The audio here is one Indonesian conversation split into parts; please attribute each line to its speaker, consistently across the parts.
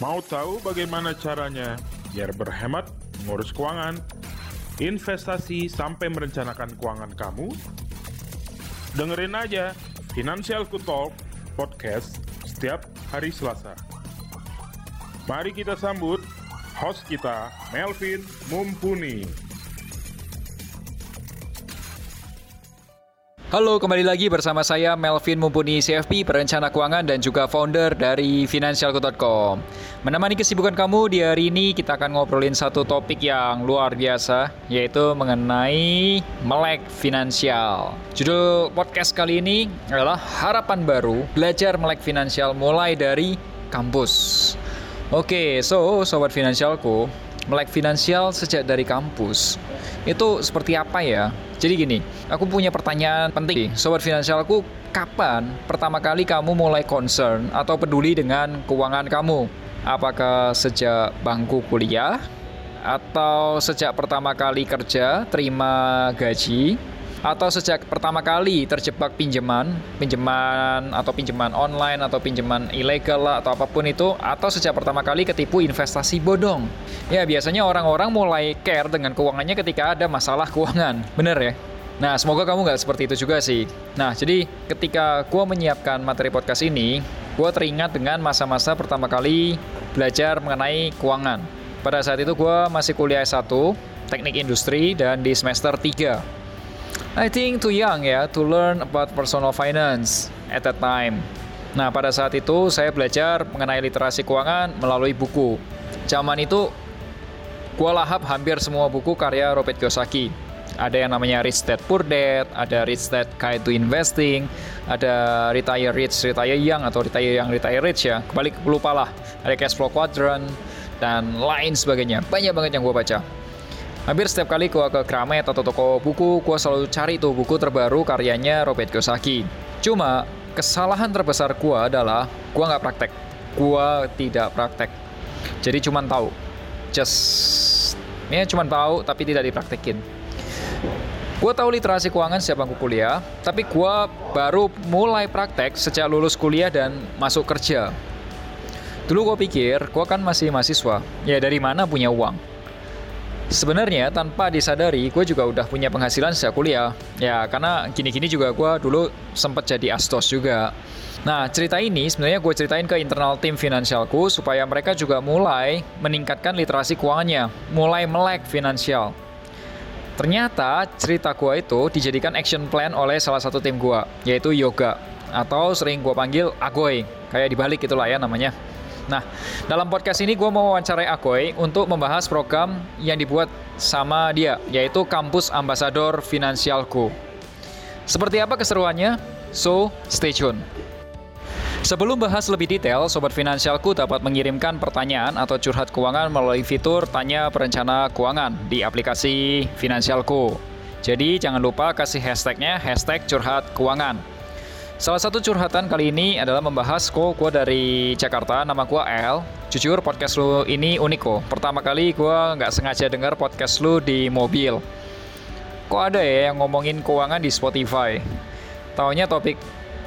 Speaker 1: Mau tahu bagaimana caranya biar berhemat, mengurus keuangan, investasi sampai merencanakan keuangan kamu? Dengerin aja Financialku Talk Podcast setiap hari Selasa. Mari kita sambut host kita, Melvin Mumpuni.
Speaker 2: Halo, kembali lagi bersama saya Melvin Mumpuni, CFP, perencana keuangan dan juga founder dari Financialku.com. Menemani kesibukan kamu di hari ini, kita akan ngobrolin satu topik yang luar biasa, yaitu mengenai melek finansial. Judul podcast kali ini adalah Harapan Baru, Belajar Melek Finansial Mulai dari Kampus. Oke, sobat finansialku, melek finansial sejak dari kampus itu seperti apa ya? Jadi gini, aku punya pertanyaan penting. Sobat finansialku, kapan pertama kali kamu mulai concern atau peduli dengan keuangan kamu? Apakah sejak bangku kuliah? Atau sejak pertama kali kerja, terima gaji? Atau sejak pertama kali terjebak pinjaman atau pinjaman online atau pinjaman ilegal lah atau apapun itu, atau sejak pertama kali ketipu investasi bodong. Ya, biasanya orang-orang mulai care dengan keuangannya ketika ada masalah keuangan, bener ya? Nah, semoga kamu nggak seperti itu juga sih. Nah, jadi ketika gue menyiapkan materi podcast ini, gue teringat dengan masa-masa pertama kali belajar mengenai keuangan. Pada saat itu gue masih kuliah S1, teknik industri, dan di semester 3. I think too young ya to learn about personal finance at that time. Nah, pada saat itu saya belajar mengenai literasi keuangan melalui buku. Zaman itu gua lahap hampir semua buku karya Robert Kiyosaki. Ada yang namanya Rich Dad Poor Dad, ada Rich Dad Guide to Investing, ada Retire Rich, Retire Young, atau Retire Young, Retire Rich ya. Kebalik, lupa lah. Ada Cash Flow Quadrant dan lain sebagainya. Banyak banget yang gua baca. Hampir setiap kali gue ke Gramet atau toko buku, gue selalu cari tuh buku terbaru karyanya Robert Kiyosaki. Cuma, kesalahan terbesar gue adalah gue nggak praktek. Gue tidak praktek. Jadi cuman tahu. Cuman tahu tapi tidak dipraktekin. Gue tahu literasi keuangan sejak bangku kuliah, tapi gue baru mulai praktek sejak lulus kuliah dan masuk kerja. Dulu gue pikir, gue kan masih mahasiswa. Ya, dari mana punya uang? Sebenarnya tanpa disadari gue juga udah punya penghasilan sejak kuliah. Ya karena gini-gini juga gue dulu sempat jadi astos juga. Nah, cerita ini sebenarnya gue ceritain ke internal tim finansialku supaya mereka juga mulai meningkatkan literasi keuangannya, mulai melek finansial. Ternyata cerita gue itu dijadikan action plan oleh salah satu tim gue, yaitu Yoga, atau sering gue panggil Agoy, kayak dibalik itulah ya namanya. Nah, dalam podcast ini gue mau wawancarai Agoy untuk membahas program yang dibuat sama dia, yaitu Kampus Ambasador Finansialku. Seperti apa keseruannya? So, stay tune. Sebelum bahas lebih detail, Sobat Finansialku dapat mengirimkan pertanyaan atau curhat keuangan melalui fitur Tanya Perencana Keuangan di aplikasi Finansialku. Jadi jangan lupa kasih hashtagnya, #curhatkeuangan. Salah satu curhatan kali ini adalah membahas gue dari Jakarta, nama gue El. Jujur podcast lu ini unik kok. Pertama kali gue nggak sengaja dengar podcast lu di mobil. Kok ada ya yang ngomongin keuangan di Spotify? Taunya topik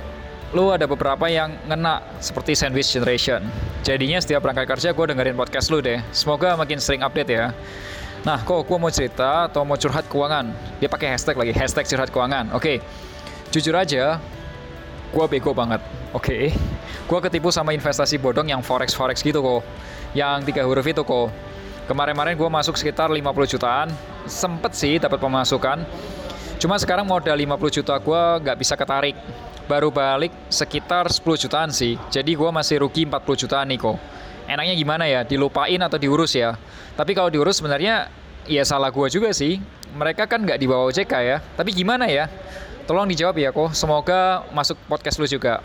Speaker 2: lu ada beberapa yang ngena seperti Sandwich Generation. Jadinya setiap berangkat kerja gue dengerin podcast lu deh. Semoga makin sering update ya. Nah, kok gue mau cerita atau mau curhat keuangan? Dia pakai hashtag lagi, #curhat keuangan. Oke, jujur aja, gue bego banget, oke. Gue ketipu sama investasi bodong yang forex gitu kok. Yang 3 huruf itu kok. Kemarin gue masuk sekitar 50 jutaan. Sempet sih dapat pemasukan. Cuma sekarang modal 50 juta gue gak bisa ketarik. Baru balik sekitar 10 jutaan sih. Jadi gue masih rugi 40 jutaan nih kok. Enaknya gimana ya? Dilupain atau diurus ya? Tapi kalau diurus sebenarnya ya salah gue juga sih. Mereka kan gak di bawah OJK ya. Tapi gimana ya? Tolong dijawab ya kok, semoga masuk podcast lu juga.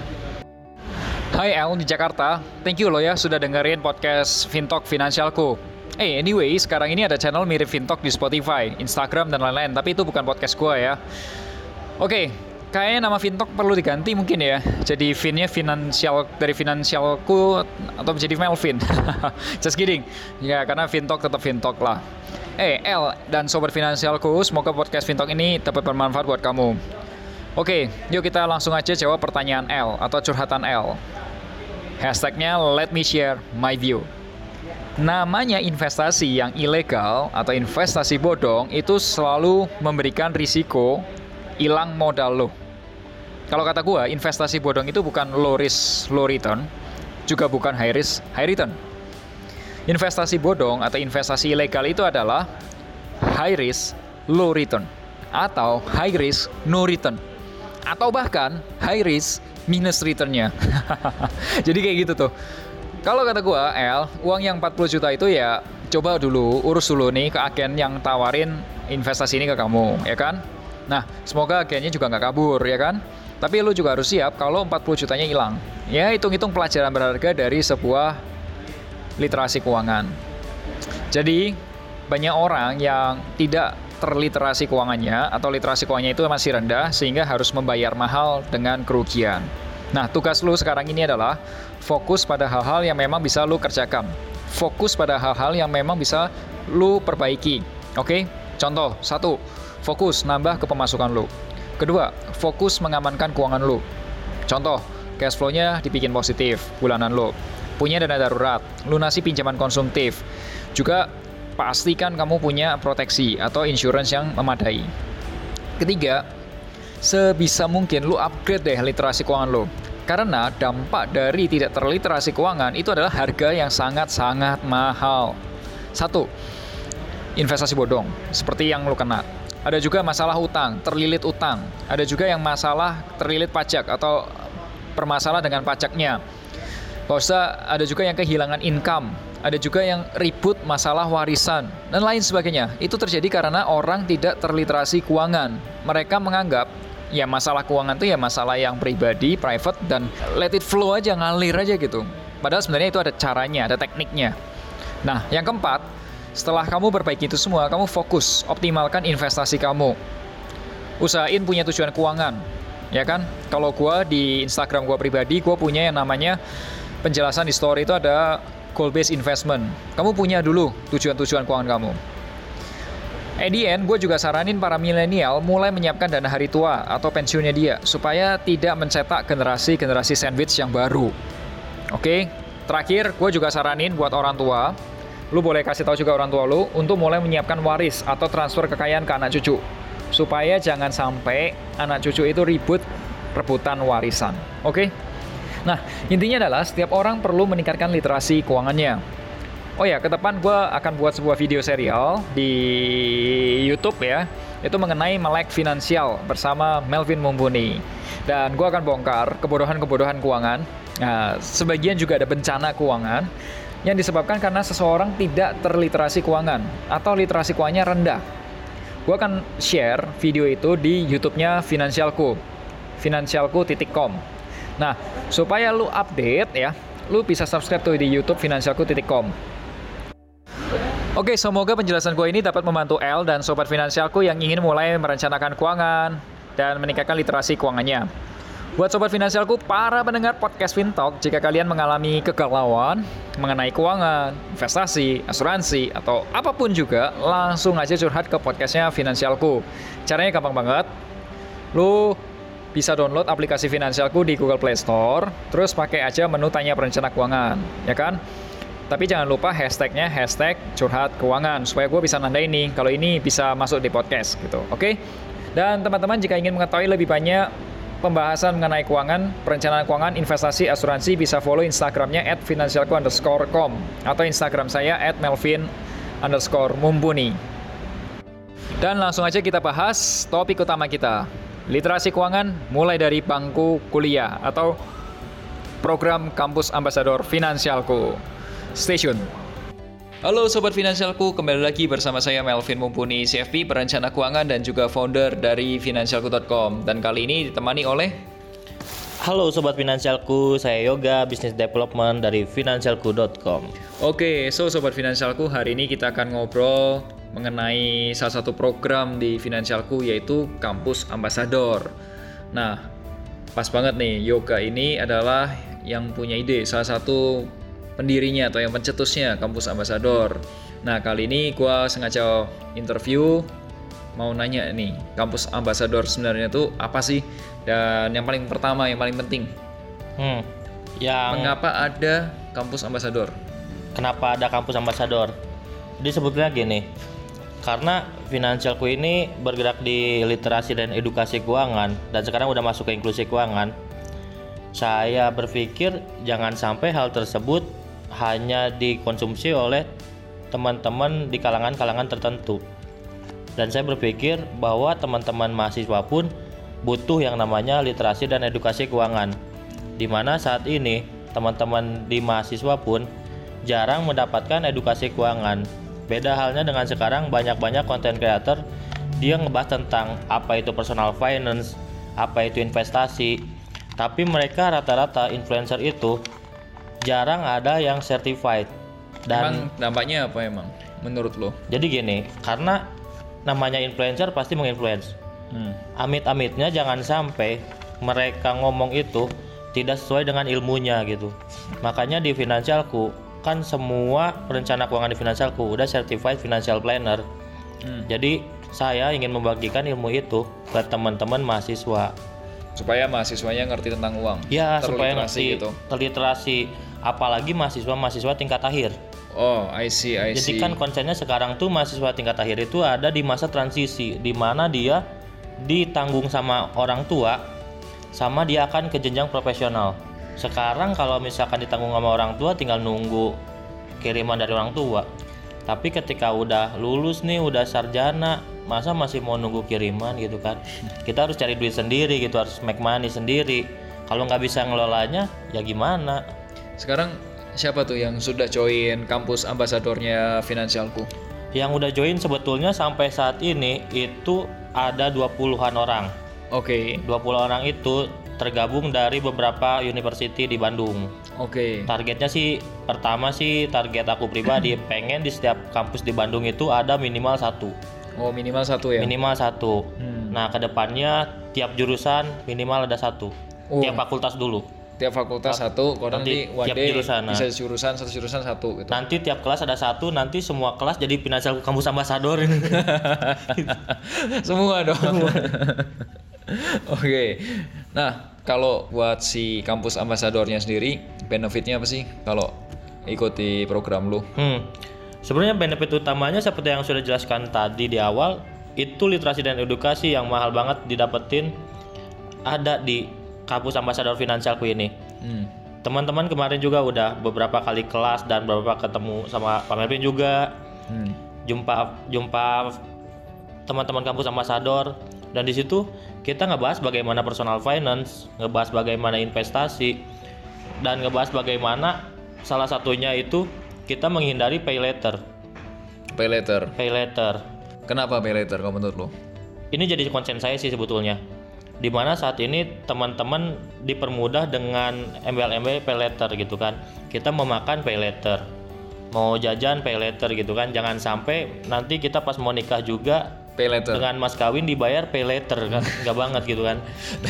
Speaker 2: Hai El di Jakarta, thank you lo ya sudah dengerin podcast Fintalk Finansialku. Anyway, sekarang ini ada channel mirip Fintalk di Spotify, Instagram, dan lain-lain, tapi itu bukan podcast gue ya. Oke, kayaknya nama Fintalk perlu diganti mungkin ya. Jadi Finnya finansial, dari finansialku atau menjadi Melvin. Just kidding. Ya, karena Fintalk tetap Fintalk lah. El dan Sobat Finansialku, semoga podcast Fintalk ini dapat bermanfaat buat kamu. Oke, yuk kita langsung aja jawab pertanyaan El atau curhatan El. Hashtagnya let me share my view. Namanya investasi yang ilegal atau investasi bodong itu selalu memberikan risiko hilang modal lo. Kalau kata gue, investasi bodong itu bukan low risk, low return, juga bukan high risk, high return. Investasi bodong atau investasi ilegal itu adalah high risk, low return, atau high risk, no return, atau bahkan high risk, minus returnnya. Jadi kayak gitu tuh. Kalau kata gue, uang yang 40 juta itu ya coba dulu, urus dulu nih ke agen yang tawarin investasi ini ke kamu, ya kan? Nah, semoga agennya juga nggak kabur, ya kan? Tapi lu juga harus siap kalau 40 jutanya hilang. Ya, hitung-hitung pelajaran berharga dari sebuah literasi keuangan. Jadi, banyak orang yang tidak terliterasi keuangannya atau literasi keuangannya itu masih rendah sehingga harus membayar mahal dengan kerugian. Nah, tugas lu sekarang ini adalah fokus pada hal-hal yang memang bisa lu kerjakan. Fokus pada hal-hal yang memang bisa lu perbaiki. Oke? Contoh, 1, fokus nambah ke pemasukan lu. Kedua, fokus mengamankan keuangan lu. Contoh, cash flow-nya dibikin positif bulanan lu. Punya dana darurat, lunasi pinjaman konsumtif. Juga pastikan kamu punya proteksi atau insurance yang memadai. Ketiga, sebisa mungkin lu upgrade deh literasi keuangan lu. Karena dampak dari tidak terliterasi keuangan itu adalah harga yang sangat-sangat mahal. 1, investasi bodong, seperti yang lu kena. Ada juga masalah utang, terlilit utang. Ada juga yang masalah terlilit pajak atau bermasalah dengan pajaknya. Gak usah, ada juga yang kehilangan income. Ada juga yang ribut masalah warisan, dan lain sebagainya. Itu terjadi karena orang tidak terliterasi keuangan. Mereka menganggap, ya masalah keuangan itu ya masalah yang pribadi, private, dan let it flow aja, ngalir aja gitu. Padahal sebenarnya itu ada caranya, ada tekniknya. Nah, yang keempat, setelah kamu perbaiki itu semua, kamu fokus, optimalkan investasi kamu. Usahain punya tujuan keuangan, ya kan? Kalau gua di Instagram gua pribadi, gua punya yang namanya penjelasan di story itu ada goal based investment. Kamu punya dulu tujuan-tujuan keuangan kamu. At the end, gue juga saranin para milenial mulai menyiapkan dana hari tua atau pensiunnya dia, supaya tidak mencetak generasi-generasi sandwich yang baru. Oke? Terakhir, gue juga saranin buat orang tua, lu boleh kasih tahu juga orang tua lu untuk mulai menyiapkan waris atau transfer kekayaan ke anak cucu, supaya jangan sampai anak cucu itu ribut rebutan warisan. Oke? Nah, intinya adalah setiap orang perlu meningkatkan literasi keuangannya. Oh ya, ke depan gue akan buat sebuah video serial di YouTube ya, itu mengenai melek finansial bersama Melvin Mumpuni. Dan gue akan bongkar kebodohan-kebodohan keuangan. Nah, sebagian juga ada bencana keuangan yang disebabkan karena seseorang tidak terliterasi keuangan atau literasi keuangannya rendah. Gue akan share video itu di YouTube-nya Finansialku, finansialku.com. Nah, supaya lu update ya, lu bisa subscribe tuh di YouTube finansialku.com. Oke, semoga penjelasan gue ini dapat membantu El dan Sobat Finansialku yang ingin mulai merencanakan keuangan dan meningkatkan literasi keuangannya. Buat Sobat Finansialku, para pendengar podcast FinTalk, jika kalian mengalami kegalauan mengenai keuangan, investasi, asuransi, atau apapun juga, langsung aja curhat ke podcastnya Finansialku. Caranya gampang banget. Lu bisa download aplikasi Finansialku di Google Play Store, terus pakai aja menu tanya perencana keuangan, ya kan? Tapi jangan lupa hashtagnya hashtag curhat keuangan, supaya gue bisa nandain nih kalau ini bisa masuk di podcast gitu, oke? Dan teman-teman jika ingin mengetahui lebih banyak pembahasan mengenai keuangan, perencanaan keuangan, investasi, asuransi, bisa follow Instagramnya @finansialku_com atau Instagram saya @melvin_mumpuni. Dan langsung aja kita bahas topik utama kita. Literasi keuangan mulai dari bangku kuliah atau program Kampus Ambasador Finansialku. Stay tune. Halo Sobat Finansialku, kembali lagi bersama saya Melvin Mumpuni, CFP, perencana keuangan dan juga founder dari finansialku.com. Dan kali ini ditemani oleh...
Speaker 3: Halo Sobat Finansialku, saya Yoga, Business Development dari finansialku.com.
Speaker 2: Oke, Sobat Finansialku, hari ini kita akan ngobrol mengenai salah satu program di Finansialku, yaitu Kampus Ambasador. Nah, pas banget nih, Yoga ini adalah yang punya ide, salah satu pendirinya atau yang pencetusnya Kampus Ambasador. Nah, kali ini gue sengaja interview, mau nanya nih, Kampus Ambasador sebenarnya itu apa sih? Dan yang paling pertama, yang paling penting, Mengapa ada kampus ambasador?
Speaker 3: Kenapa ada kampus ambasador? Jadi sebetulnya gini, karena Finansialku ini bergerak di literasi dan edukasi keuangan dan sekarang udah masuk ke inklusi keuangan. Saya berpikir jangan sampai hal tersebut hanya dikonsumsi oleh teman-teman di kalangan-kalangan tertentu. Dan saya berpikir bahwa teman-teman mahasiswa pun butuh yang namanya literasi dan edukasi keuangan. Di mana saat ini teman-teman di mahasiswa pun jarang mendapatkan edukasi keuangan. Beda halnya dengan sekarang banyak-banyak content creator dia ngebahas tentang apa itu personal finance, apa itu investasi. Tapi mereka rata-rata influencer itu jarang ada yang certified. Dan
Speaker 2: Emang dampaknya apa emang menurut lo?
Speaker 3: jadi gini, karena namanya influencer pasti menginfluence. Amit-amitnya jangan sampai mereka ngomong itu tidak sesuai dengan ilmunya gitu. Makanya di Finansialku kan semua perencana keuangan di Finansialku udah certified financial planner. Jadi saya ingin membagikan ilmu itu ke teman-teman mahasiswa.
Speaker 2: Supaya mahasiswanya ngerti tentang uang.
Speaker 3: Ya, supaya
Speaker 2: Terliterasi
Speaker 3: ngerti
Speaker 2: gitu.
Speaker 3: terliterasi, apalagi mahasiswa tingkat akhir.
Speaker 2: Oh, I see.
Speaker 3: Jadi kan konsennya sekarang tuh mahasiswa tingkat akhir itu ada di masa transisi, di mana dia ditanggung sama orang tua, sama dia akan ke jenjang profesional. Sekarang kalau misalkan ditanggung sama orang tua, tinggal nunggu kiriman dari orang tua. Tapi ketika udah lulus nih, udah sarjana, masa masih mau nunggu kiriman gitu kan? Kita harus cari duit sendiri gitu, harus make money sendiri. Kalau nggak bisa ngelolanya, ya gimana?
Speaker 2: Sekarang siapa tuh yang sudah join kampus ambasadornya Finansialku?
Speaker 3: Yang udah join sebetulnya sampai saat ini itu ada 20-an orang.
Speaker 2: Oke.
Speaker 3: 20 orang itu tergabung dari beberapa university di Bandung.
Speaker 2: Oke.
Speaker 3: Targetnya sih, pertama sih target aku pribadi pengen di setiap kampus di Bandung itu ada minimal satu.
Speaker 2: Oh, minimal satu ya?
Speaker 3: Minimal satu. Nah, kedepannya tiap jurusan minimal ada satu.
Speaker 2: Oh.
Speaker 3: Tiap fakultas dulu.
Speaker 2: Tiap fakultas satu, kalau nanti one
Speaker 3: tiap
Speaker 2: day
Speaker 3: jurusan, nah.
Speaker 2: bisa satu jurusan satu gitu.
Speaker 3: Nanti tiap kelas ada satu, nanti semua kelas jadi Finansial kampus ambasador.
Speaker 2: Semua dong. Oke. Nah, kalau buat si kampus ambasadornya sendiri, benefitnya apa sih kalau ikuti program lu?
Speaker 3: Sebenarnya benefit utamanya seperti yang sudah jelaskan tadi di awal, itu literasi dan edukasi yang mahal banget didapetin ada di kampus ambasador Finansialku ini. Teman-teman kemarin juga udah beberapa kali kelas dan beberapa ketemu sama Pak Melvin juga. Jumpa teman-teman kampus ambasador, dan di situ kita ngebahas bagaimana personal finance, ngebahas bagaimana investasi, dan ngebahas bagaimana salah satunya itu kita menghindari pay later.
Speaker 2: Pay later.
Speaker 3: Pay later.
Speaker 2: Kenapa pay later kalau menurut lo?
Speaker 3: Ini jadi concern saya sih sebetulnya. Dimana saat ini teman-teman dipermudah dengan embel-embel pay later gitu kan. Kita mau makan pay later, mau jajan pay later gitu kan. Jangan sampai nanti kita pas mau nikah juga
Speaker 2: Pay later.
Speaker 3: dengan mas kawin dibayar pay later kan. Nggak banget gitu kan.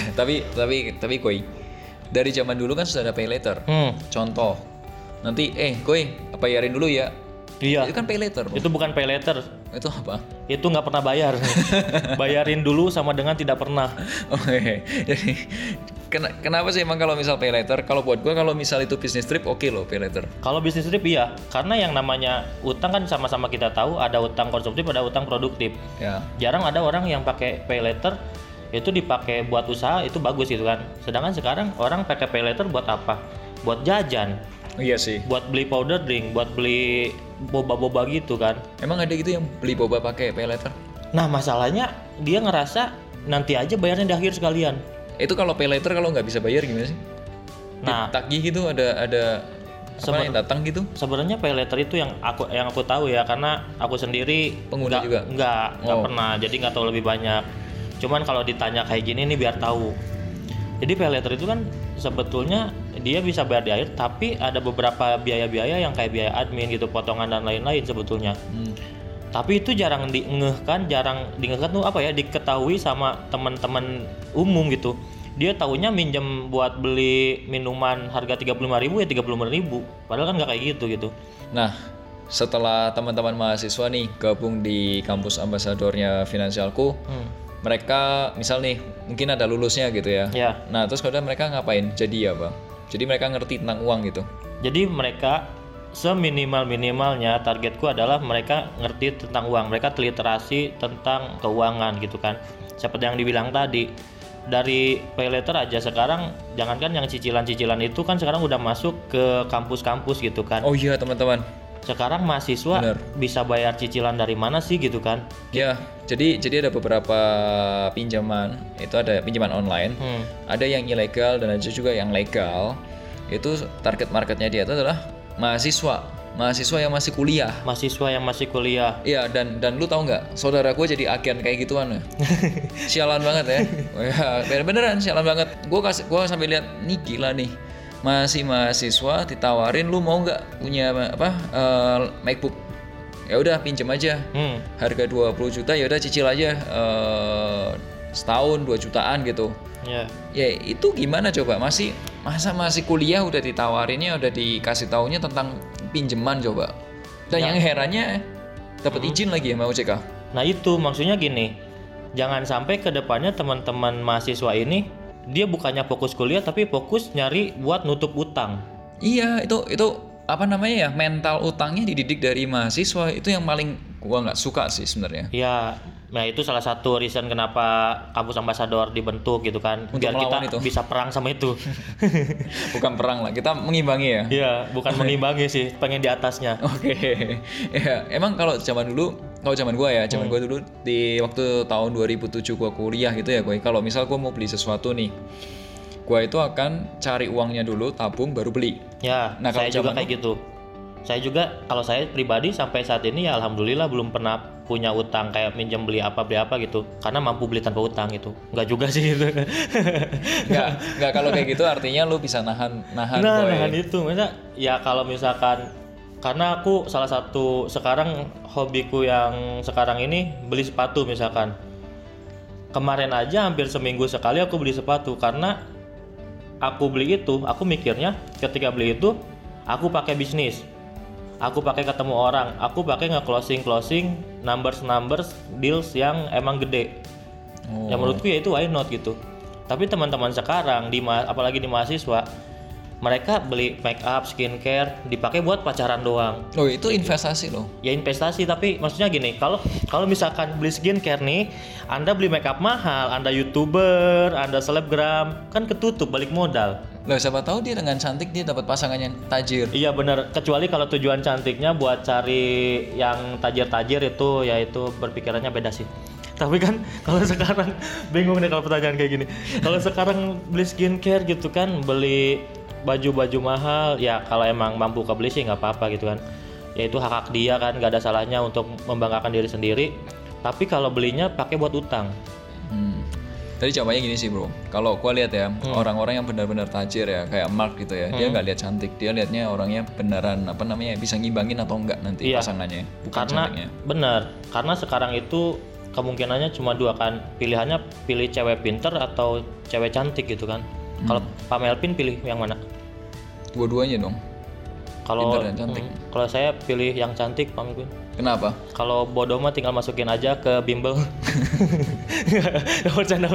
Speaker 2: tapi Koi, dari zaman dulu kan sudah ada pay later. Contoh, nanti Koi bayarin dulu ya.
Speaker 3: Iya.
Speaker 2: Itu kan pay later. Bro.
Speaker 3: Itu bukan pay later.
Speaker 2: Itu apa?
Speaker 3: Itu nggak pernah bayar. Bayarin dulu sama dengan tidak pernah.
Speaker 2: Oke. Jadi kenapa sih emang kalau misal pay later? Kalau buat gua kalau misal itu business trip oke loh pay later.
Speaker 3: Kalau bisnis trip iya, karena yang namanya utang kan sama-sama kita tahu ada utang konsumtif, ada utang produktif.
Speaker 2: Ya.
Speaker 3: Jarang ada orang yang pakai pay later itu dipakai buat usaha, itu bagus gitu kan. Sedangkan sekarang orang pakai pay later buat apa? Buat jajan.
Speaker 2: Iya sih.
Speaker 3: Buat beli powder drink, buat beli boba-boba gitu kan.
Speaker 2: Emang ada gitu yang beli boba pakai pay later?
Speaker 3: Nah, masalahnya dia ngerasa nanti aja bayarnya di akhir sekalian.
Speaker 2: Itu kalau pay later kalau nggak bisa bayar gimana sih?
Speaker 3: Nah,
Speaker 2: Ditagih gitu ada apa yang datang gitu?
Speaker 3: Sebenarnya pay later itu yang aku tahu ya, karena aku sendiri
Speaker 2: Pengguna juga?
Speaker 3: Nggak pernah, jadi nggak tahu lebih banyak. Cuman kalau ditanya kayak gini nih biar tahu. Jadi pay later itu kan sebetulnya dia bisa bayar di akhir, tapi ada beberapa biaya-biaya yang kayak biaya admin gitu, potongan dan lain-lain sebetulnya. Tapi itu jarang diengehkan tuh apa ya, diketahui sama teman-teman umum gitu. Dia taunya minjem buat beli minuman harga 35.000 ya 35.000. Padahal kan nggak kayak gitu.
Speaker 2: Nah, setelah teman-teman mahasiswa nih gabung di kampus ambasadornya Finansialku, mereka misal nih mungkin ada lulusnya gitu ya.
Speaker 3: Ya.
Speaker 2: Nah, terus kemudian mereka ngapain? Jadi apa? Jadi mereka ngerti tentang uang gitu.
Speaker 3: Jadi mereka seminimal-minimalnya targetku adalah mereka ngerti tentang uang, mereka literasi tentang keuangan gitu kan. Seperti yang dibilang tadi, dari pay letter aja sekarang, jangankan yang cicilan-cicilan itu kan sekarang udah masuk ke kampus-kampus gitu kan.
Speaker 2: Oh iya teman-teman.
Speaker 3: Sekarang mahasiswa
Speaker 2: Bener.
Speaker 3: bisa bayar cicilan dari mana sih gitu kan?
Speaker 2: Ya, jadi ada beberapa pinjaman, itu ada pinjaman online, ada yang ilegal dan ada juga yang legal. Itu target marketnya dia itu adalah mahasiswa yang masih kuliah.
Speaker 3: Mahasiswa yang masih kuliah.
Speaker 2: Iya, dan lu tahu nggak, saudara gue jadi agen kayak gituan ya. Sialan banget ya. Oh, ya beneran sialan banget. Gue sampai lihat nih gila nih. Masih mahasiswa ditawarin lu mau nggak punya MacBook? Ya udah pinjem aja. Harga 20 juta ya udah cicil aja setahun 2 jutaan gitu.
Speaker 3: Ya.
Speaker 2: Ya itu gimana coba? Masih kuliah udah ditawarinnya, udah dikasih taunya tentang pinjeman coba. Dan yang herannya dapat izin lagi ya sama OJK.
Speaker 3: Nah itu maksudnya gini, jangan sampai ke depannya teman-teman mahasiswa ini dia bukannya fokus kuliah tapi fokus nyari buat nutup utang.
Speaker 2: Iya, itu apa namanya ya, mental utangnya dididik dari mahasiswa, itu yang paling gua nggak suka sih sebenarnya.
Speaker 3: Iya, nah itu salah satu reason kenapa kampus ambasador dibentuk gitu kan,
Speaker 2: Untuk
Speaker 3: biar kita
Speaker 2: melawan itu.
Speaker 3: bisa perang sama itu.
Speaker 2: Bukan perang lah, kita mengimbangi ya.
Speaker 3: Iya, bukan mengimbangi sih, pengen di atasnya.
Speaker 2: Oke. Ya, emang kalau zaman gua dulu di waktu tahun 2007 gua kuliah gitu ya, kalau misal gua mau beli sesuatu nih, gua itu akan cari uangnya dulu, tabung baru beli.
Speaker 3: Ya,
Speaker 2: Nah, kalau
Speaker 3: saya juga
Speaker 2: zaman
Speaker 3: kayak gitu. Saya juga, kalau saya pribadi sampai saat ini ya alhamdulillah belum pernah punya utang kayak minjem beli apa gitu, karena mampu beli tanpa utang gitu. Enggak juga sih itu.
Speaker 2: Enggak, kalau kayak gitu artinya lu bisa nahan
Speaker 3: Nah, nahan itu. Masa ya kalau misalkan, karena aku salah satu sekarang hobiku yang sekarang ini beli sepatu misalkan. Kemarin aja hampir seminggu sekali aku beli sepatu, karena aku beli itu, aku mikirnya ketika beli itu aku pakai bisnis. Aku pakai ketemu orang, aku pakai nge-closing numbers deals yang emang gede. Yang menurutku ya itu why not gitu. Tapi teman-teman sekarang apalagi di mahasiswa, mereka beli make up, skincare dipakai buat pacaran doang.
Speaker 2: Oh, itu investasi loh.
Speaker 3: Ya investasi, tapi maksudnya gini, kalau misalkan beli skincare nih, Anda beli make up mahal, Anda YouTuber, Anda selebgram, kan ketutup balik modal.
Speaker 2: Loh, siapa tahu dia dengan cantik dia dapat pasangan yang tajir.
Speaker 3: Iya benar, kecuali kalau tujuan cantiknya buat cari yang tajir-tajir itu, ya itu berpikirannya beda sih. Tapi kan kalau sekarang bingung nih kalau pertanyaan kayak gini. Kalau sekarang beli skincare gitu kan, beli baju-baju mahal, ya kalau emang mampu kebeli sih nggak apa-apa gitu kan. Ya itu hak dia kan, nggak ada salahnya untuk membanggakan diri sendiri. Tapi kalau belinya pakai buat utang.
Speaker 2: Tadi jawabannya gini sih bro, kalau gua lihat ya orang-orang yang benar-benar tajir ya kayak Mark gitu ya, dia nggak lihat cantik, dia lihatnya orangnya beneran bisa ngimbangin atau enggak nanti pasangannya, bukan cantiknya.
Speaker 3: Benar, karena sekarang itu kemungkinannya cuma dua kan, pilihannya pilih cewek pinter atau cewek cantik gitu kan. Kalau Pak Melvin pilih yang mana?
Speaker 2: Dua-duanya dong.
Speaker 3: Kalau
Speaker 2: pinter dan cantik.
Speaker 3: Kalau saya pilih yang cantik Pak Melvin.
Speaker 2: Kenapa?
Speaker 3: Kalau bodoh mah tinggal masukin aja ke bimbel. Bercanda.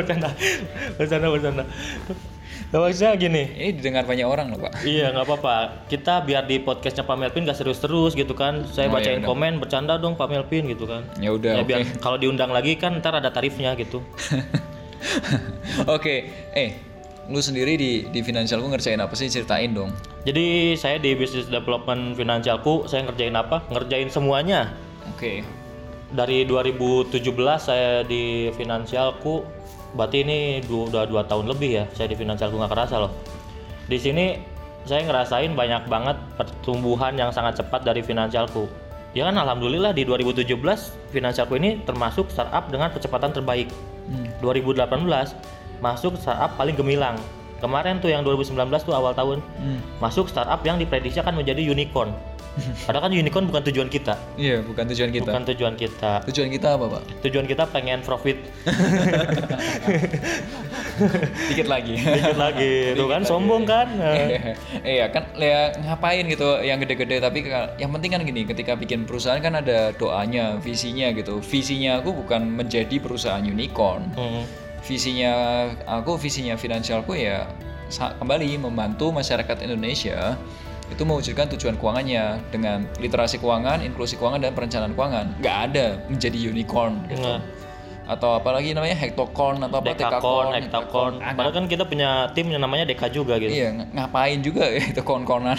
Speaker 3: Maksudnya gini.
Speaker 2: Ini didengar banyak orang loh Pak.
Speaker 3: Iya nggak apa-apa. Kita biar di podcastnya Pak Melvin nggak serius terus gitu kan. Saya bacain komen bercanda dong Pak Melvin gitu kan.
Speaker 2: Ya udah.
Speaker 3: Biar kalau diundang lagi kan ntar ada tarifnya gitu.
Speaker 2: Oke. Lu sendiri di Finansialku ngerjain apa sih? Ceritain dong.
Speaker 3: Jadi saya di Business Development Finansialku, saya ngerjain apa? Ngerjain semuanya.
Speaker 2: Oke.
Speaker 3: Dari 2017 saya di Finansialku, berarti ini udah 2 tahun lebih ya saya di Finansialku, nggak kerasa loh. Di sini saya ngerasain banyak banget pertumbuhan yang sangat cepat dari Finansialku. Ya kan alhamdulillah di 2017 Finansialku ini termasuk startup dengan kecepatan terbaik. 2018 masuk startup paling gemilang. Kemarin tuh yang 2019 tuh awal tahun masuk startup yang diprediksi akan menjadi unicorn. Padahal kan unicorn bukan tujuan kita.
Speaker 2: Iya, bukan tujuan kita.
Speaker 3: Bukan tujuan kita.
Speaker 2: Tujuan kita apa, Pak?
Speaker 3: Tujuan kita pengen profit.
Speaker 2: Dikit lagi.
Speaker 3: Tuh kan sombong kan?
Speaker 2: Iya kan, ya ngapain gitu yang gede-gede, tapi yang penting kan gini, ketika bikin perusahaan kan ada doanya, visinya gitu. Visinya aku bukan menjadi perusahaan unicorn. Visinya Finansialku ya kembali membantu masyarakat Indonesia itu mewujudkan tujuan keuangannya dengan literasi keuangan, inklusi keuangan, dan perencanaan keuangan. Nggak ada menjadi unicorn gitu. Atau apalagi namanya hektocorn atau apa
Speaker 3: Dekacorn, hektacorn. Padahal kan kita punya tim yang namanya Deka juga gitu.
Speaker 2: Iya, ngapain juga ya itu kon-konan.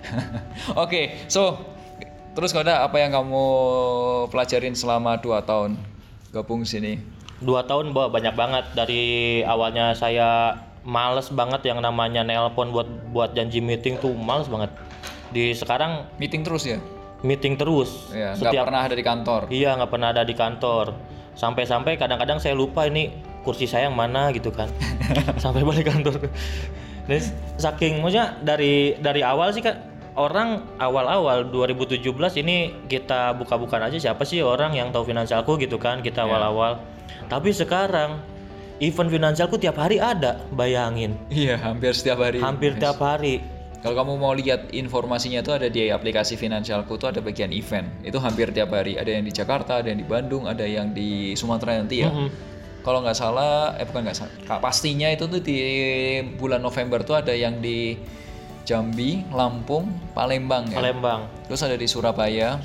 Speaker 2: Oke, so terus Koda, apa yang kamu pelajarin selama 2 tahun gabung sini?
Speaker 3: 2 tahun banyak banget. Dari awalnya saya males banget yang namanya nelpon buat janji meeting tuh, males banget. Di sekarang
Speaker 2: Meeting terus ya?
Speaker 3: meeting terus.
Speaker 2: Iya, nggak pernah ada di kantor.
Speaker 3: Iya, nggak pernah ada di kantor. Sampai-sampai kadang-kadang saya lupa ini kursi saya yang mana gitu kan. Sampai balik kantor. Dan saking maksudnya dari awal sih kan, orang awal-awal 2017 ini kita buka-bukaan aja siapa sih orang yang tahu finansialku gitu kan, kita awal-awal. Tapi sekarang event finansialku tiap hari ada, bayangin.
Speaker 2: Iya, hampir setiap hari.
Speaker 3: Hampir tiap hari.
Speaker 2: Kalau kamu mau lihat informasinya tuh ada di aplikasi Finansialku tuh ada bagian event. Itu hampir tiap hari. Ada yang di Jakarta, ada yang di Bandung, ada yang di Sumatera nanti ya. Kalau nggak salah, bukan nggak salah. Pastinya itu tuh di bulan November tuh ada yang di Jambi, Lampung, Palembang ya.
Speaker 3: Palembang.
Speaker 2: Terus ada di Surabaya,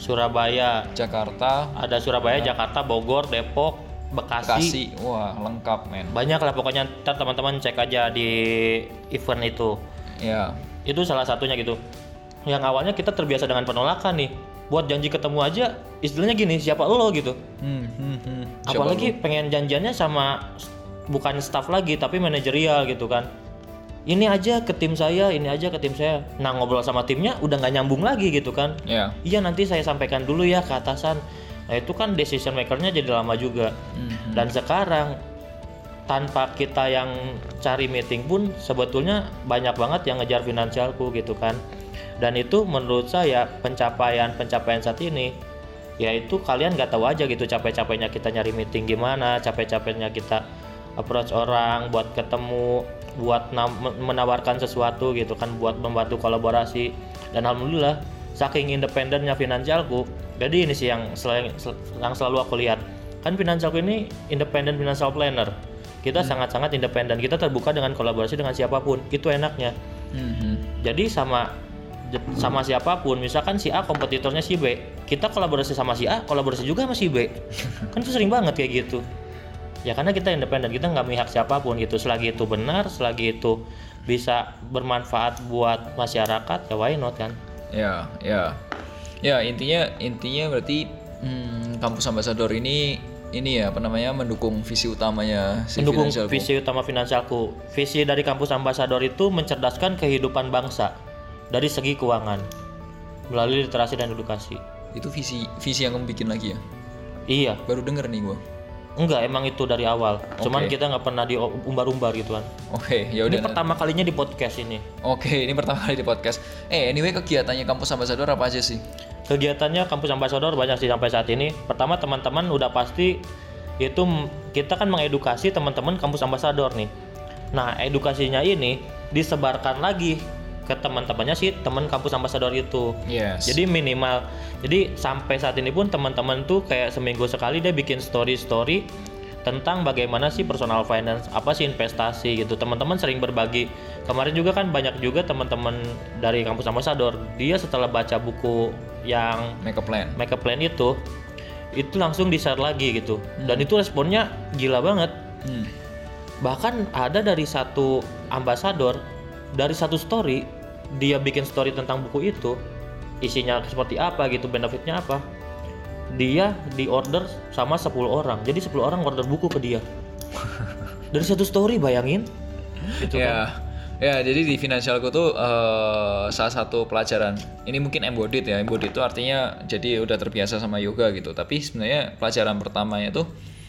Speaker 2: Jakarta,
Speaker 3: ada Surabaya, Jakarta, Bogor, Depok, Bekasi.
Speaker 2: Wah, lengkap men.
Speaker 3: Banyak lah pokoknya, ntar teman-teman cek aja di event itu.
Speaker 2: Ya.
Speaker 3: Itu salah satunya gitu. Yang awalnya kita terbiasa dengan penolakan nih. Buat janji ketemu aja, istilahnya gini, siapa lo gitu. Apalagi pengen janjiannya sama bukan staff lagi, tapi manajerial gitu kan. Ini aja ke tim saya, ini aja ke tim saya. Nah, ngobrol sama timnya udah nggak nyambung lagi gitu kan. Iya, nanti saya sampaikan dulu ya ke atasan. Nah, itu kan decision makernya jadi lama juga. Dan sekarang tanpa kita yang cari meeting pun sebetulnya banyak banget yang ngejar finansialku gitu kan. Dan itu menurut saya pencapaian saat ini, yaitu kalian nggak tahu aja gitu capek-capeknya kita nyari meeting gimana, capek-capeknya kita approach orang buat ketemu, buat menawarkan sesuatu gitu kan, buat membantu kolaborasi. Dan alhamdulillah saking independennya finansialku, jadi ini sih yang selalu aku lihat kan, finansialku ini independent financial planner. Kita sangat-sangat independen, kita terbuka dengan kolaborasi dengan siapapun, itu enaknya. Jadi sama siapapun, misalkan si A kompetitornya si B, kita kolaborasi sama si A, kolaborasi juga sama si B. Kan itu sering banget kayak gitu. Ya karena kita independen, kita nggak memihak siapapun gitu. Selagi itu benar, selagi itu bisa bermanfaat buat masyarakat, ya why not kan?
Speaker 2: Ya intinya berarti kampus Ambassador ini ya mendukung visi utamanya
Speaker 3: visi utama finansialku. Visi dari kampus Ambassador itu mencerdaskan kehidupan bangsa dari segi keuangan melalui literasi dan edukasi.
Speaker 2: Itu visi yang kamu bikin lagi ya?
Speaker 3: Iya.
Speaker 2: Baru denger nih gua.
Speaker 3: Enggak, emang itu dari awal. Cuman kita nggak pernah diumbar-umbar gitu kan.
Speaker 2: Ya udah.
Speaker 3: Ini pertama kalinya di podcast ini.
Speaker 2: Ini pertama kali di podcast. Anyway, kegiatannya kampus Ambassador apa aja sih?
Speaker 3: Kegiatannya kampus Ambassador banyak sih sampai saat ini. Pertama, teman-teman udah pasti itu kita kan mengedukasi teman-teman kampus Ambassador nih. Nah, edukasinya ini disebarkan lagi ke teman-temannya sih teman kampus Ambassador itu.
Speaker 2: Yes.
Speaker 3: Jadi minimal. Jadi sampai saat ini pun teman-teman tuh kayak seminggu sekali dia bikin story tentang bagaimana sih personal finance, apa sih investasi gitu. Teman-teman sering berbagi. Kemarin juga kan banyak juga teman-teman dari kampus Ambassador, dia setelah baca buku yang Make a Plan itu langsung di-share lagi gitu. Dan itu responnya gila banget. Bahkan ada dari satu ambassador, dari satu story, dia bikin story tentang buku itu, isinya seperti apa gitu, benefitnya apa. Dia di order sama 10 orang. Jadi 10 orang order buku ke dia. Dari satu story, bayangin. Gitu kan.
Speaker 2: Ya, jadi di finansialku tuh salah satu pelajaran. Ini mungkin embodied ya. Embodied itu artinya jadi udah terbiasa sama yoga gitu. Tapi sebenarnya pelajaran pertamanya tuh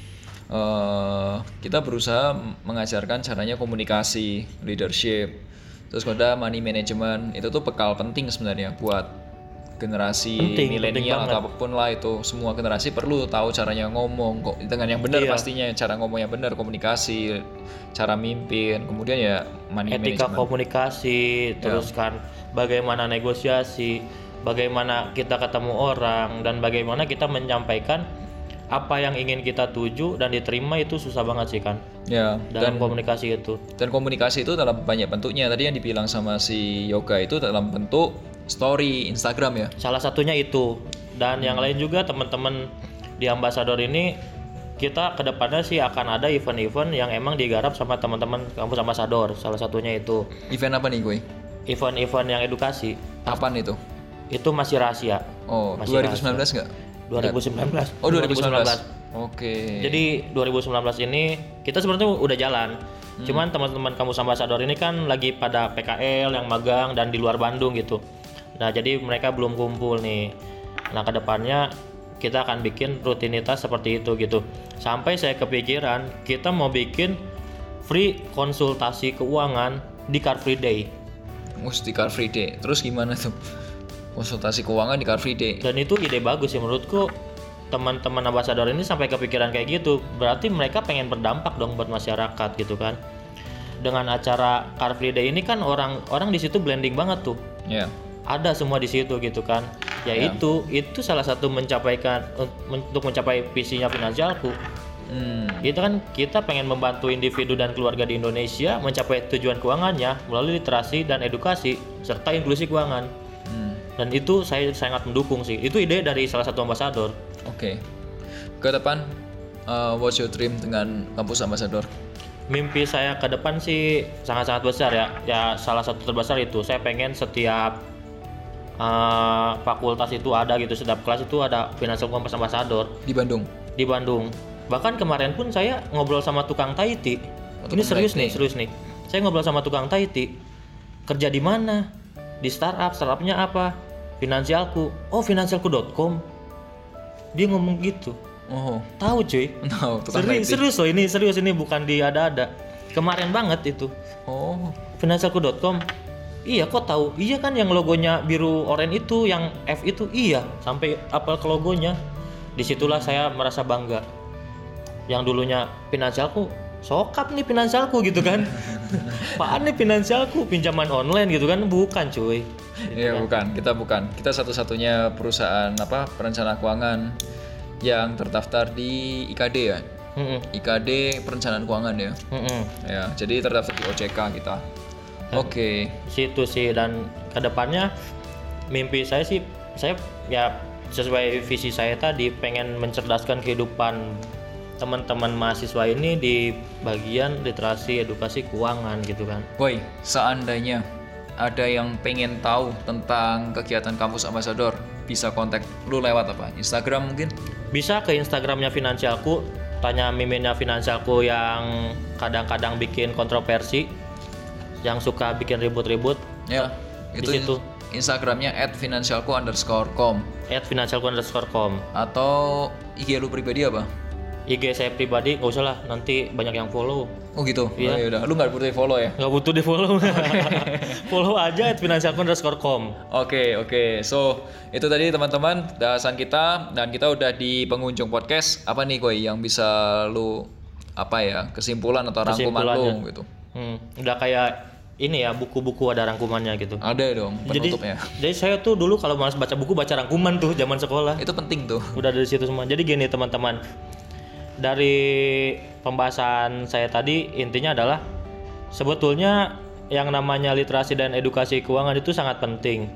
Speaker 2: kita berusaha mengajarkan caranya komunikasi, leadership, terus ada money management. Itu tuh bekal penting sebenarnya buat generasi milenial atau apapun lah, itu semua generasi perlu tahu caranya ngomong kok dengan yang benar. Pastinya cara ngomong yang benar, komunikasi, cara mimpin, kemudian ya money
Speaker 3: etika
Speaker 2: management,
Speaker 3: komunikasi, terus kan bagaimana negosiasi, bagaimana kita ketemu orang, dan bagaimana kita menyampaikan apa yang ingin kita tuju dan diterima itu susah banget sih kan
Speaker 2: Ya,
Speaker 3: dalam komunikasi itu.
Speaker 2: dan komunikasi itu dalam banyak bentuknya. Tadi yang dibilang sama si Yoga itu dalam bentuk story Instagram ya.
Speaker 3: Salah satunya itu. Dan yang lain juga teman-teman di Ambassador ini kita kedepannya sih akan ada event-event yang emang digarap sama teman-teman kampus Ambassador. Salah satunya itu
Speaker 2: Event apa nih gue?
Speaker 3: event-event yang edukasi.
Speaker 2: Kapan itu?
Speaker 3: Itu masih rahasia.
Speaker 2: Oh,
Speaker 3: Masih
Speaker 2: 2019 nggak?
Speaker 3: 2019.
Speaker 2: Oh, 2019. Oke.
Speaker 3: Jadi 2019 ini kita sebenarnya udah jalan. Cuman teman-teman kampus Ambassador ini kan lagi pada PKL yang magang dan di luar Bandung gitu. Nah, jadi mereka belum kumpul nih. Nah, kedepannya kita akan bikin rutinitas seperti itu gitu. Sampai saya kepikiran kita mau bikin free konsultasi keuangan di Car Free Day.
Speaker 2: Di Car Free Day. Terus gimana tuh? Konsultasi keuangan di Car Free Day.
Speaker 3: Dan itu ide bagus sih menurutku. Teman-teman Ambassador ini sampai kepikiran kayak gitu. Berarti mereka pengen berdampak dong buat masyarakat gitu kan. Dengan acara Car Free Day ini kan orang di situ blending banget tuh.
Speaker 2: Ya.
Speaker 3: Ada semua di situ gitu kan. Ya itu salah satu untuk mencapai visinya Finansialku. Itu kan kita pengen membantu individu dan keluarga di Indonesia mencapai tujuan keuangannya melalui literasi dan edukasi serta inklusi keuangan. Dan itu saya sangat mendukung sih. Itu ide dari salah satu ambasador.
Speaker 2: Oke. Ke depan, what's your dream dengan kampus Ambassador?
Speaker 3: Mimpi saya ke depan sih sangat-sangat besar ya. Ya salah satu terbesar itu saya pengen setiap fakultas itu ada gitu, setiap kelas itu ada Financial Compass Ambassador
Speaker 2: Di Bandung.
Speaker 3: di Bandung. Bahkan kemarin pun saya ngobrol sama tukang Taiti. Ini serius nih. Saya ngobrol sama tukang Taiti. Kerja di mana? Di startupnya apa? Finansialku. Oh, finansialku.com. Dia ngomong gitu.
Speaker 2: Oh,
Speaker 3: Tahu cuy.
Speaker 2: no, tukang IT.
Speaker 3: Serius loh, ini serius, ini bukan diada-ada. Kemarin banget itu.
Speaker 2: Oh,
Speaker 3: Finansialku.com. Iya, kok tahu? Iya kan yang logonya biru oranye itu, yang F itu, iya, sampai apal ke logonya. Disitulah saya merasa bangga. Yang dulunya Finansialku, sokap nih Finansialku gitu kan. Apaan nih Finansialku, pinjaman online gitu kan? Bukan cuy.
Speaker 2: iya bukan. Kita satu-satunya perusahaan perencana keuangan yang terdaftar di IKD ya. IKD perencanaan keuangan ya. Ya, jadi terdaftar di OJK kita. Oke.
Speaker 3: Situ sih, dan kedepannya mimpi saya sih, saya ya sesuai visi saya tadi pengen mencerdaskan kehidupan teman-teman mahasiswa ini di bagian literasi edukasi keuangan gitu kan.
Speaker 2: Boy, seandainya ada yang pengen tahu tentang kegiatan kampus Ambassador, bisa kontak lu lewat apa? Instagram mungkin?
Speaker 3: Bisa ke Instagramnya Finansialku, tanya miminnya Finansialku yang kadang-kadang bikin kontroversi, yang suka bikin ribut-ribut.
Speaker 2: Ya,
Speaker 3: Di
Speaker 2: itu
Speaker 3: situ.
Speaker 2: Instagramnya @finansialku_com
Speaker 3: @finansialku_com.
Speaker 2: atau IG lu pribadi apa?
Speaker 3: IG saya pribadi nggak usah lah, nanti banyak yang follow.
Speaker 2: Oh gitu.
Speaker 3: Iya.
Speaker 2: Oh, yaudah. Lu nggak butuh follow ya?
Speaker 3: Nggak butuh di follow. Follow aja @finansialku_com.
Speaker 2: Oke. So, itu tadi teman-teman bahasan kita, dan kita udah di penghujung podcast. Apa nih Koi yang bisa lu kesimpulan atau rangkuman lu gitu?
Speaker 3: Udah kayak ini ya, buku-buku ada rangkumannya gitu.
Speaker 2: Ada dong penutupnya.
Speaker 3: Jadi saya tuh dulu kalau malas baca buku, baca rangkuman tuh zaman sekolah.
Speaker 2: Itu penting tuh.
Speaker 3: Udah dari situ semua. Jadi gini teman-teman, dari pembahasan saya tadi intinya adalah sebetulnya yang namanya literasi dan edukasi keuangan itu sangat penting.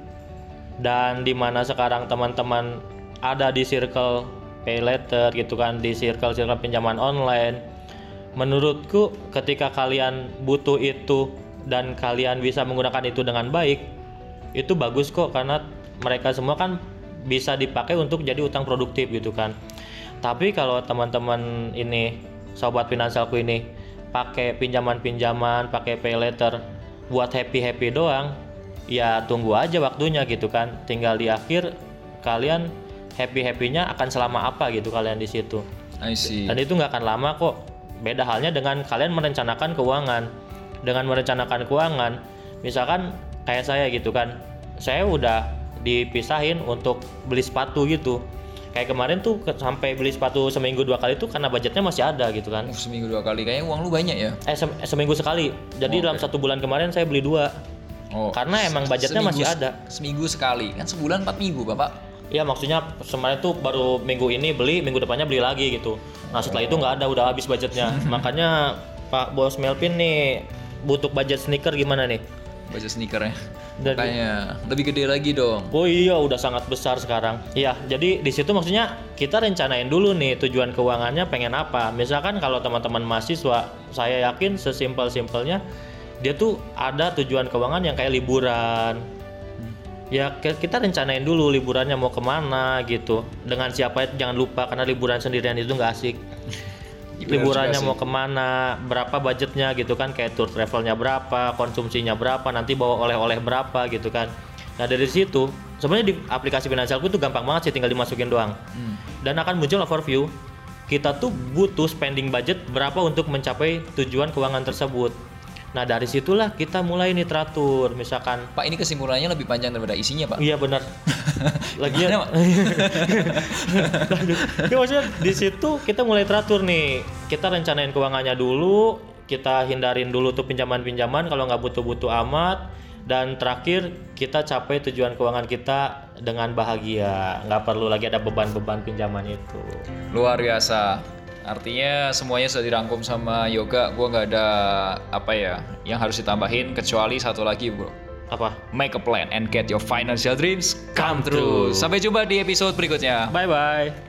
Speaker 3: Dan di mana sekarang teman-teman ada di circle pay letter gitu kan, di circle pinjaman online. Menurutku ketika kalian butuh itu dan kalian bisa menggunakan itu dengan baik, itu bagus kok, karena mereka semua kan bisa dipakai untuk jadi utang produktif gitu kan. Tapi kalau teman-teman ini, sobat Finansialku ini, pakai pinjaman-pinjaman, pakai pay letter buat happy-happy doang, ya tunggu aja waktunya gitu kan. Tinggal di akhir kalian happy-happynya akan selama apa gitu kalian di situ.
Speaker 2: I see.
Speaker 3: Dan itu nggak akan lama kok. Beda halnya dengan kalian merencanakan keuangan. Dengan merencanakan keuangan, misalkan kayak saya gitu kan, saya udah dipisahin untuk beli sepatu gitu. Kayak kemarin tuh sampai beli sepatu seminggu 2 kali tuh karena budgetnya masih ada gitu kan.
Speaker 2: Seminggu 2 kali, kayaknya uang lu banyak ya?
Speaker 3: Seminggu sekali. Jadi dalam 1 bulan kemarin saya beli 2. Karena emang budgetnya masih ada.
Speaker 2: Seminggu sekali, kan sebulan 4 minggu Bapak?
Speaker 3: Iya, maksudnya kemarin tuh baru minggu ini beli, minggu depannya beli lagi gitu. Nah setelah itu nggak ada, udah habis budgetnya. Makanya Pak Bos Melvin nih butuh budget sneaker gimana nih?
Speaker 2: Budget sneakernya.
Speaker 3: Dan-
Speaker 2: Makanya lebih gede lagi dong.
Speaker 3: Oh iya, udah sangat besar sekarang. Iya, jadi di situ maksudnya kita rencanain dulu nih tujuan keuangannya pengen apa. Misalkan kalau teman-teman mahasiswa, saya yakin sesimpel-simpelnya dia tuh ada tujuan keuangan yang kayak liburan. Ya kita rencanain dulu liburannya mau kemana gitu. Dengan siapa jangan lupa, karena liburan sendirian itu nggak asik. Liburannya mau kemana, berapa budgetnya gitu kan, kayak tour travelnya berapa, konsumsinya berapa, nanti bawa oleh-oleh berapa gitu kan. Nah dari situ sebenarnya di aplikasi Finansialku itu gampang banget sih, tinggal dimasukin doang. Dan akan muncul overview. Kita tuh butuh spending budget berapa untuk mencapai tujuan keuangan tersebut. Nah dari situlah kita mulai nih teratur, misalkan.
Speaker 2: Pak, ini kesimpulannya lebih panjang daripada isinya, Pak.
Speaker 3: Iya benar. Lagian.
Speaker 2: Gimana, Pak?
Speaker 3: Ya maksudnya di situ kita mulai teratur nih. Kita rencanain keuangannya dulu, kita hindarin dulu tuh pinjaman-pinjaman kalau nggak butuh-butuh amat. Dan terakhir kita capai tujuan keuangan kita dengan bahagia. Nggak perlu lagi ada beban-beban pinjaman itu.
Speaker 2: Luar biasa. Artinya semuanya sudah dirangkum sama Yoga. Gua nggak ada apa ya yang harus ditambahin kecuali satu lagi, bro.
Speaker 3: Apa?
Speaker 2: Make a plan and get your financial dreams come
Speaker 3: Come true.
Speaker 2: true. Sampai jumpa di episode berikutnya.
Speaker 3: Bye-bye.